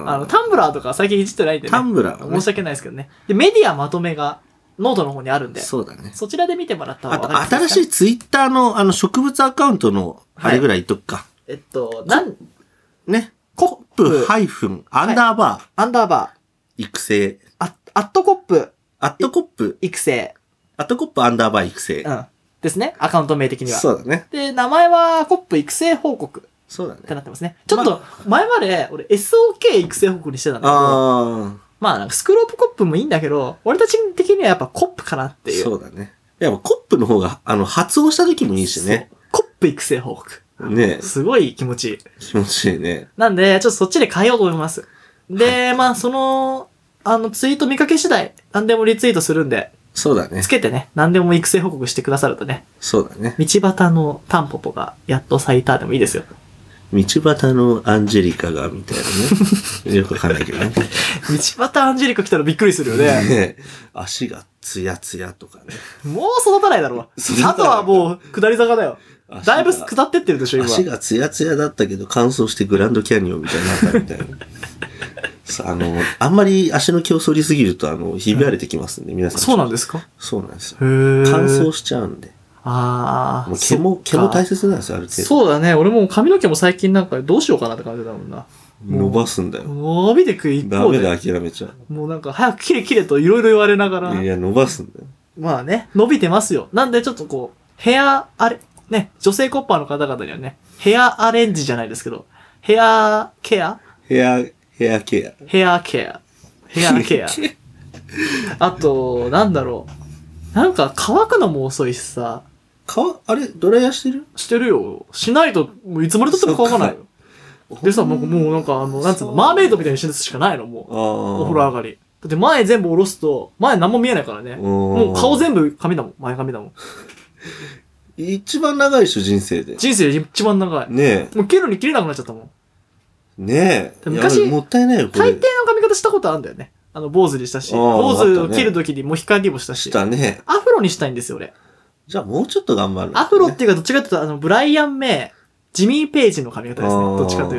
Speaker 2: あの、タンブラーとか最近いじってないんでね。
Speaker 1: タンブラー、
Speaker 2: ね、申し訳ないですけどね。で、メディアまとめが、ノートの方にあるんで。
Speaker 1: そうだね。
Speaker 2: そちらで見てもらったら
Speaker 1: 分かりますか。あと、新しいツイッターの、あの、植物アカウントの、あれぐらい言っとくか。はい、
Speaker 2: えっと、なん、
Speaker 1: ね。コップ、ハイフン、アンダーバー、はい。
Speaker 2: アンダーバ
Speaker 1: ー。育成。
Speaker 2: あ、アットコップ。
Speaker 1: アットコップ。
Speaker 2: 育成。
Speaker 1: アットコップ、アンダーバー、育成。
Speaker 2: うん。ですね。アカウント名的には。
Speaker 1: そうだね。
Speaker 2: で、名前は、コップ育成報告。
Speaker 1: そうだね。
Speaker 2: ってなってますね。ちょっと、前まで、俺 エスオーケー 育成報告にしてたんだけど、あまあ、なんかスクロープコップもいいんだけど、俺たち的にはやっぱコップかなっていう。
Speaker 1: そうだね。やっぱコップの方が、あの、発音した時もいいしね。
Speaker 2: コップ育成報告。ねすごい気持ちいい。
Speaker 1: 気持ちいいね。
Speaker 2: なんで、ちょっとそっちで変えようと思います。で、はい、まあ、その、あの、ツイート見かけ次第、何でもリツイートするんで、
Speaker 1: そうだね。
Speaker 2: つけてね、何でも育成報告してくださるとね。
Speaker 1: そうだね。
Speaker 2: 道端のタンポポがやっと咲いたでもいいですよ。
Speaker 1: 道端のアンジェリカが、みたいなね。よくわかんないけどね。
Speaker 2: 道端アンジェリカ来たらびっくりするよね。ね
Speaker 1: 足がツヤツヤとかね。
Speaker 2: もう育たないだろう。あとはもう下り坂だよ。だいぶ下ってってるでしょ、今。
Speaker 1: 足がツヤツヤだったけど乾燥してグランドキャニオンみたいになったみたいな。あの、あんまり足の毛を剃りすぎると、あの、ひび割れてきますんで、皆さん。
Speaker 2: そうなんですか？
Speaker 1: そうなんですよ。乾燥しちゃうんで。
Speaker 2: ああ。
Speaker 1: もう毛も、毛も大切なんですよ、ある程度。
Speaker 2: そうだね。俺も髪の毛も最近なんかどうしようかなって感じだもんな。
Speaker 1: 伸ばすんだよ。
Speaker 2: 伸びてく一方で。
Speaker 1: ダメだ、諦めちゃ
Speaker 2: う。もうなんか早く切れ切れといろいろ言われながら。
Speaker 1: いや、伸ばすんだよ。
Speaker 2: まあね、伸びてますよ。なんでちょっとこう、ヘア、あれ、ね、女性コッパーの方々にはね、ヘアアレンジじゃないですけど、ヘアケア
Speaker 1: ヘア、ヘアケア。
Speaker 2: ヘアケア。ヘアケア。あと、なんだろう。なんか乾くのも遅いしさ。
Speaker 1: か、あれドライヤーしてる？
Speaker 2: してるよ。しないと、もういつまで経っても乾かないよ。でさ、もう、もうなんかあの、なんつうの、マーメイドみたいにしてるしかないの、もう。お風呂上がり。だって前全部下ろすと、前何も見えないからね。もう顔全部髪だもん。前髪だもん。
Speaker 1: 一番長いでしょ、人生で。
Speaker 2: 人生で一番長い。ねえ。もう切るに切れなくなっちゃったもん。
Speaker 1: ねえ。
Speaker 2: 昔、
Speaker 1: もったいないよ、これ。
Speaker 2: 大抵の髪型したことあるんだよね。あの、坊主にしたし。坊主を切るときにモヒカンにもしたし。
Speaker 1: したね。
Speaker 2: アフロにしたいんですよ、俺。
Speaker 1: じゃあもうちょっと頑張る、ね。
Speaker 2: アフロっていうか、どっちかというと、あの、ブライアン・メイ、ジミー・ペイジの髪型ですね。どっちかというと。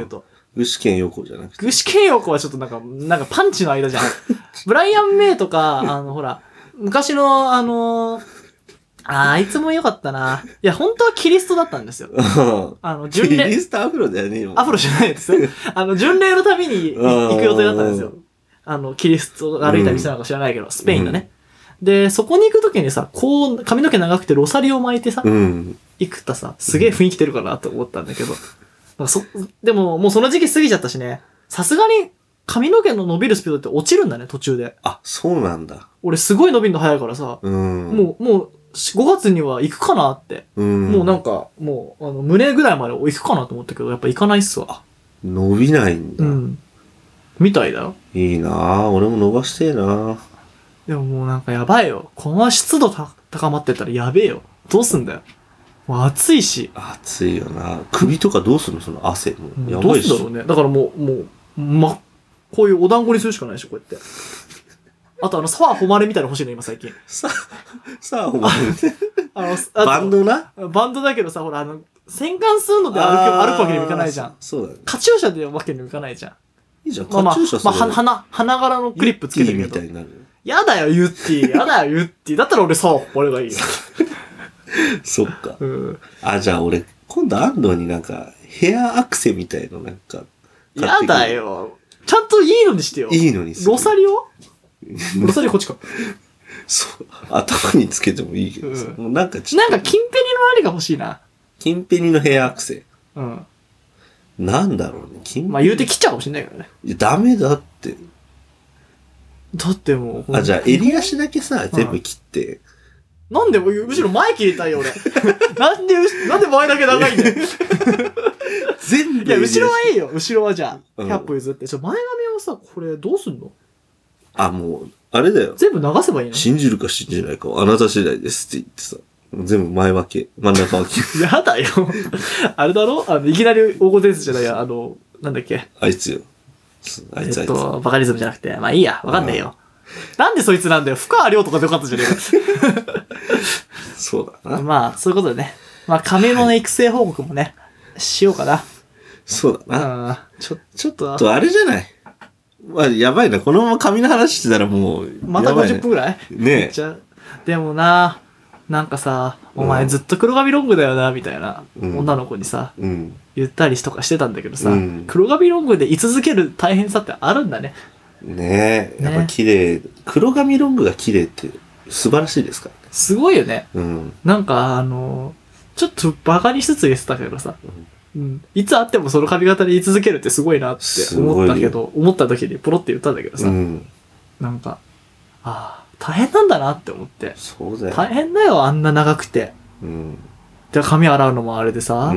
Speaker 1: 具志堅用高じゃなくて。
Speaker 2: 具志堅用高はちょっとなんか、なんかパンチの間じゃん。ブライアン・メイとか、あの、ほら、昔の、あのー、あ, あいつも良かったな。いや、本当はキリストだったんですよ。あの、巡礼。
Speaker 1: キリストアフロだよね、
Speaker 2: アフロじゃないですよ。あの、巡礼のために行く予定だったんですよ。あの、キリストが歩いた店なんか知らないけど、うん、スペインのね。で、そこに行くときにさ、こう、髪の毛長くてロサリを巻いてさ、うん、行くとさ、すげえ雰囲気出るかなと思ったんだけど。なんかそ、でも、もうその時期過ぎちゃったしね、さすがに髪の毛の伸びるスピードって落ちるんだね、途中で。
Speaker 1: あ、そうなんだ。
Speaker 2: 俺すごい伸びるの早いからさ、うん、もう、もう、ごがつには行くかなって。うん、もうなんか、もう、あの、胸ぐらいまで行くかなと思ったけど、やっぱ行かないっすわ。
Speaker 1: 伸びないんだ。
Speaker 2: うん。みたいだよ。
Speaker 1: いいなぁ。俺も伸ばしてえなぁ。
Speaker 2: でももうなんかやばいよ。この湿度た高まってたらやべえよ。どうすんだよ。もう暑いし。
Speaker 1: 暑いよな。首とかどうすんのその汗。もうやばいし。
Speaker 2: どうすんだろうね。だからもう、もう、ま、こういうお団子にするしかないでしょ、こうやって。あとあの、沢誉れみたいなの欲しいの、今最近。
Speaker 1: さ、沢誉れ
Speaker 2: あの、
Speaker 1: あバンドな
Speaker 2: バンドだけどさ、ほら、あの、戦艦するので歩く、歩くわけにもいかないじゃん。
Speaker 1: そうだね。
Speaker 2: カチューシャでわけにもいかないじゃん。
Speaker 1: いいじゃん、
Speaker 2: まあまあ、
Speaker 1: カチューシャ
Speaker 2: まあ、花、花柄のクリップつけてるけど。
Speaker 1: みたいになる。
Speaker 2: やだよ、ユッティ。やだよ、ユッティ。だったら俺さ、俺がいいよ。
Speaker 1: そっか。
Speaker 2: うん。
Speaker 1: あ、じゃあ俺、今度安藤になんか、ヘアアクセみたいのなんか。
Speaker 2: やだよ。ちゃんといいのにしてよ。
Speaker 1: いいのにす
Speaker 2: る。ロサリオロサリオこっちか。
Speaker 1: そう。頭につけてもいいけどさ。うん、もうなんかちょっ
Speaker 2: と。なんか、金ペニのありが欲しいな。
Speaker 1: 金ペニのヘアアクセ。
Speaker 2: うん。
Speaker 1: なんだろうね。
Speaker 2: 金まあ言うて切っちゃうかもしんないけどね。
Speaker 1: いや、ダメだって。
Speaker 2: だっても
Speaker 1: う。あ、じゃあ襟足だけさ、全部切って。
Speaker 2: なんで、むしろ前切りたいよ、俺。なんで、なんで前だけ長いんだよ。
Speaker 1: 全部。
Speaker 2: いや、後ろはいいよ。後ろはじゃあ、ひゃっぽ譲って。ちょ、前髪をさ、これどうすんの？
Speaker 1: あ、もう、あれだよ。
Speaker 2: 全部流せばいいの？
Speaker 1: 信じるか信じないかはあなた次第ですって言ってさ。全部前分け、真ん中分け。
Speaker 2: やだよ。あれだろ？あの、いきなり大御伝説じゃないや、あの、なんだっけ。
Speaker 1: あいつよ。あいつあいつ。
Speaker 2: えっと、バカリズムじゃなくて、まあいいや、わかんないよ。なんでそいつなんだよ。深川亮とかでよかったじゃねえか。
Speaker 1: そうだな。
Speaker 2: まあ、そういうことでね。まあ、亀のね、育成報告もね、しようかな。
Speaker 1: そうだな。
Speaker 2: あちょ、ちょっと。
Speaker 1: と、あれじゃない。まあ、やばいな。このまま髪の話してたらもう、
Speaker 2: またごじゅっぷんぐらい
Speaker 1: ね
Speaker 2: え。でもな、なんかさ、お前ずっと黒髪ロングだよな、みたいな、女の子にさ、うん、言ったりとかしてたんだけどさ、うん、黒髪ロングで居続ける大変さってあるんだね。
Speaker 1: ねえ、やっぱ綺麗、ね、黒髪ロングが綺麗って素晴らしいですからね。
Speaker 2: すごいよね。
Speaker 1: うん、
Speaker 2: なんかあの、ちょっとバカにしつつ言ってたけどさ、うんうん、いつ会ってもその髪型で居続けるってすごいなって思ったけど、思った時にポロって言ったんだけどさ、うん、なんか、ああ、大変なんだなって思って。
Speaker 1: そうだよ。
Speaker 2: 大変だよ、あんな長くて。
Speaker 1: うん。
Speaker 2: で、髪洗うのもあれでさ、
Speaker 1: うん。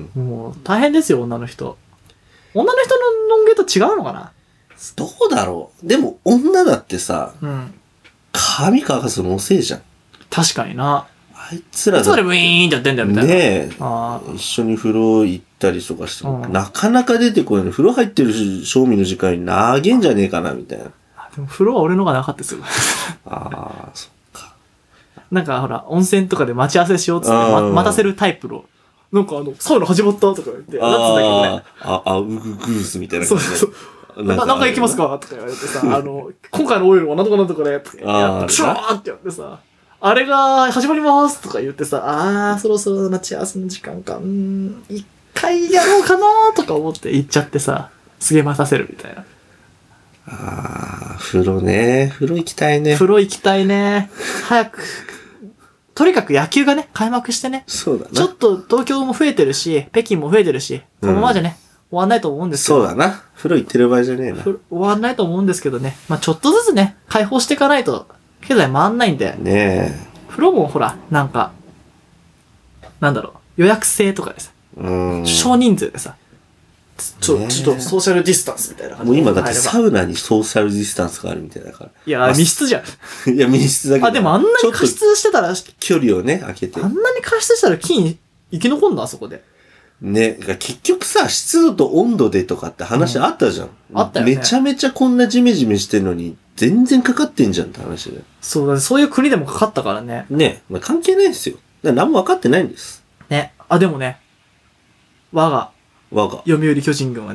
Speaker 2: もう大変ですよ、女の人。女の人のロン毛と違うのかな？
Speaker 1: どうだろう。でも女だってさ、
Speaker 2: うん、
Speaker 1: 髪乾かすの遅いじゃん。
Speaker 2: 確かにな。
Speaker 1: あいつらだ
Speaker 2: いつまでブイーンってやってんだよみたいな。
Speaker 1: ねえ。あ一緒に風呂行ったりとかしても、うん、なかなか出てこないの。風呂入ってる正味の時間に長げんじゃねえかな、みたいな。
Speaker 2: でも風呂は俺のがなかったですよ。
Speaker 1: ああ、そっか。
Speaker 2: なんかほら、温泉とかで待ち合わせしようっつって、ま、待たせるタイプの。なんかあの、サウナ始まったとか言って、なってたけどね。
Speaker 1: ああ、ウググースみたいな
Speaker 2: 感じで。そうそう。な、なんか行きますかとか言われてさ、あの、今回のオイルはなんとかなんとかね、とかやって、シュワーってやってさ、あれが始まりますとか言ってさ、あー、そろそろ待ち合わせの時間か、うーん、一回やろうかなとか思って行っちゃってさ、すげえ待たせるみたいな。
Speaker 1: ああ、風呂ね。風呂行きたいね。
Speaker 2: 風呂行きたいね。早く。とにかく野球がね、開幕してね。
Speaker 1: そうだな。
Speaker 2: ちょっと東京も増えてるし、北京も増えてるし、このままじゃね、うん、終わんないと思うんですけど。
Speaker 1: そうだな。風呂行ってる場合じゃねえな。
Speaker 2: 終わんないと思うんですけどね。まあちょっとずつね、開放していかないと、経済回んないんで。
Speaker 1: ねえ。
Speaker 2: 風呂もほら、なんか、なんだろう、予約制とかでさ、
Speaker 1: うん、
Speaker 2: 少人数でさ、ちょ、ちょっとソーシャルディスタンスみたいな感
Speaker 1: じ。もう今だってサウナにソーシャルディスタンスがあるみたいだから。
Speaker 2: いや、密室じゃ
Speaker 1: ん。いや、密室だけど。
Speaker 2: あ、でもあんなに加湿してたら、
Speaker 1: 距離をね、開けて。
Speaker 2: あんなに加湿したら菌生き残んのあそこで。
Speaker 1: ね、結局さ、湿度と温度でとかって話あったじゃん。
Speaker 2: うん、あったよね。
Speaker 1: めちゃめちゃこんなジメジメしてんのに、全然かかってんじゃんって話だよ。
Speaker 2: そうだね。そういう国でもかかったからね。
Speaker 1: ね、まあ、関係ないですよ。何も分かってないんです。
Speaker 2: ね。あ、でもね、我が、
Speaker 1: 我が、
Speaker 2: 読売巨人軍はね、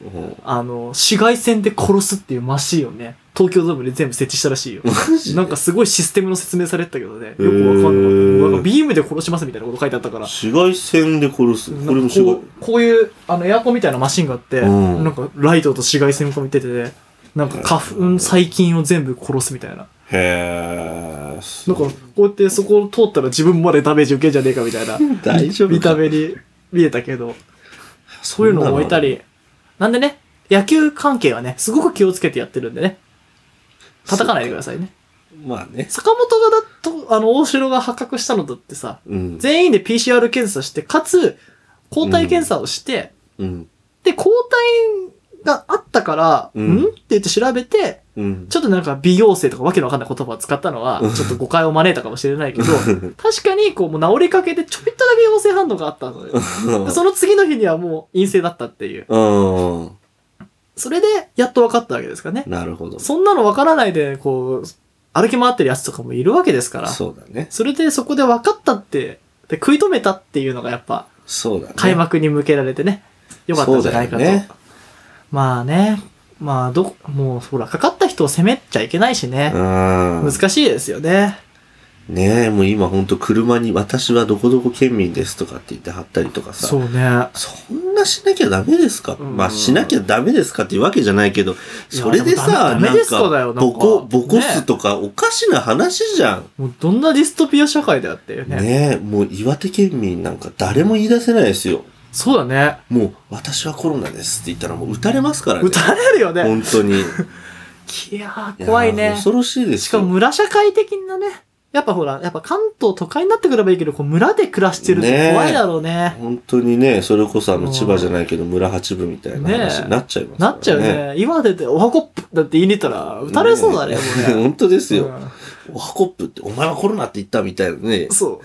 Speaker 2: あの、紫外線で殺すっていうマシーンをね、東京ドームで全部設置したらしいよ。なんかすごいシステムの説明されてたけどね、よくわかんなかった。なんかビームで殺しますみたいなこと書いてあったから。
Speaker 1: 紫外線で殺す。これも紫外
Speaker 2: こう、こういう、あの、エアコンみたいなマシンがあって、うん、なんかライトと紫外線が見てて、ね、なんか花粉、細菌を全部殺すみたいな。
Speaker 1: へー。
Speaker 2: なんか、こうやってそこを通ったら自分までダメージ受けんじゃねえかみたいな。
Speaker 1: 大丈夫か。
Speaker 2: 見た目に見えたけど、そういうのを置いたり。なんでね、野球関係はね、すごく気をつけてやってるんでね。叩かないでくださいね。
Speaker 1: まあね。
Speaker 2: 坂本がだと、あの、大城が発覚したのだってさ、うん、全員で ピーシーアール 検査して、かつ、抗体検査をして、うんうん、で、抗体があったから、うん、んって言って調べて、うん、ちょっとなんか美容生とかわけのわかんない言葉を使ったのは、ちょっと誤解を招いたかもしれないけど、確かにこう、もう治りかけでちょびっとだけ陽性反応があったのよ。その次の日にはもう陰性だったっていう。それで、やっと分かったわけですからね。
Speaker 1: なるほど。
Speaker 2: そんなの分からないで、こう、歩き回ってるやつとかもいるわけですから。
Speaker 1: そうだね。
Speaker 2: それでそこで分かったって、で食い止めたっていうのがやっぱ、
Speaker 1: そうだね。
Speaker 2: 開幕に向けられてね、よかったんじゃないかと。ね、まあね、まあ、ど、もう、ほら、かかった人を責めちゃいけないしね。難しいですよね。
Speaker 1: ねえ、もう今ほんと車に私はどこどこ県民ですとかって言って貼ったりとかさ。
Speaker 2: そうね。
Speaker 1: そんなしなきゃダメですか、うん、まあしなきゃダメですかっていうわけじゃないけど、それでさ、なんか、ボコ、ボコすとかおかしな話じゃん。
Speaker 2: もうどんなディストピア社会だよっていうね。
Speaker 1: ねえ、もう岩手県民なんか誰も言い出せないですよ。
Speaker 2: そうだね。
Speaker 1: もう私はコロナですって言ったらもう撃たれますからね。
Speaker 2: 撃たれるよね。
Speaker 1: 本当に。
Speaker 2: いやー、怖いね。
Speaker 1: 恐ろしいですよ。
Speaker 2: しかも村社会的なね。やっぱほら、やっぱ関東都会になってくればいいけど、こう村で暮らしてるって怖いだろうね。ね
Speaker 1: 本当にね、それこそあの千葉じゃないけど村八分みたいな話になっちゃいますからね。
Speaker 2: なっちゃうね。岩手でおはこっぷだって言いに行ったら撃たれそうだね、ねもうね。
Speaker 1: 本当ですよ。うん、おはこっぷってお前はコロナって言ったみたいなね。
Speaker 2: そう。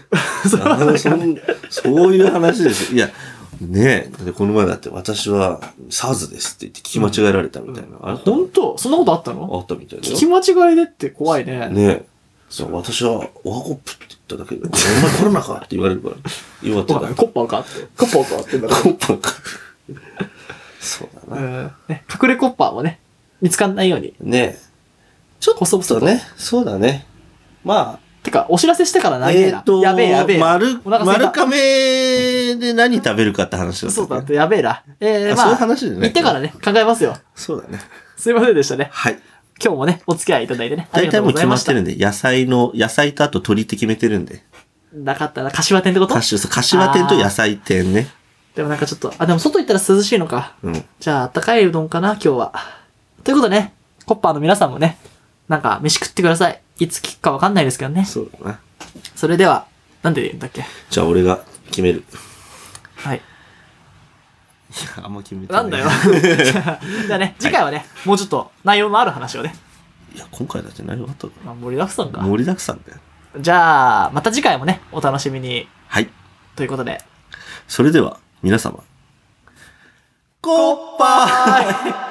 Speaker 1: そうそういう話ですよ。いや、ねえ、この前だって私は SARS ですって言って聞き間違えられたみたいな。
Speaker 2: うんうん、本当そんなことあったの？
Speaker 1: あったみたいだよ。
Speaker 2: 聞き間違いでって怖いね。
Speaker 1: ねえ。そう私はおはこっぷって言っただけで、お前コロナかって言われるから。岩手だ。
Speaker 2: コッパーかって。コッパーかって言うんだから。
Speaker 1: コッパーか。そうだな。
Speaker 2: うんね。隠れコッパーもね、見つかんないように。
Speaker 1: ねえ。ちょっとね。そうだね。まあ。
Speaker 2: てか、お知らせしてから何
Speaker 1: えっと、
Speaker 2: やべえやべえ。
Speaker 1: 丸、丸亀で何食べるかって話だった。
Speaker 2: そうだって、やべえな。えー、まあ、
Speaker 1: そういう話でね。
Speaker 2: 行ってからね、考えますよ。
Speaker 1: そうだね。
Speaker 2: すいませんでしたね。
Speaker 1: はい。
Speaker 2: 今日もね、お付き合いいただいてね。
Speaker 1: 大体もう決まってるんで、野菜の、野菜とあと鶏って決めてるんで。
Speaker 2: なかったな、柏店ってこと？
Speaker 1: 柏、柏店と野菜店ね。
Speaker 2: でもなんかちょっと、あ、でも外行ったら涼しいのか。うん。じゃあ、あったかいうどんかな、今日は。ということでね、コッパーの皆さんもね、なんか飯食ってください。いつ聞くかわかんないですけどね。
Speaker 1: そうだな。
Speaker 2: それでは、なんで言うんだっけ？
Speaker 1: じゃあ俺が決める。
Speaker 2: はい。い
Speaker 1: や、あんま決めてない。
Speaker 2: なんだよ。じゃあね、次回はね、はい、もうちょっと内容のある話をね。
Speaker 1: いや、今回だって内容あったから。
Speaker 2: まあ、盛りだくさんか。
Speaker 1: 盛りだくさんだよ。
Speaker 2: じゃあ、また次回もね、お楽しみに。
Speaker 1: はい。
Speaker 2: ということで。
Speaker 1: それでは、皆様。
Speaker 2: コッパーイ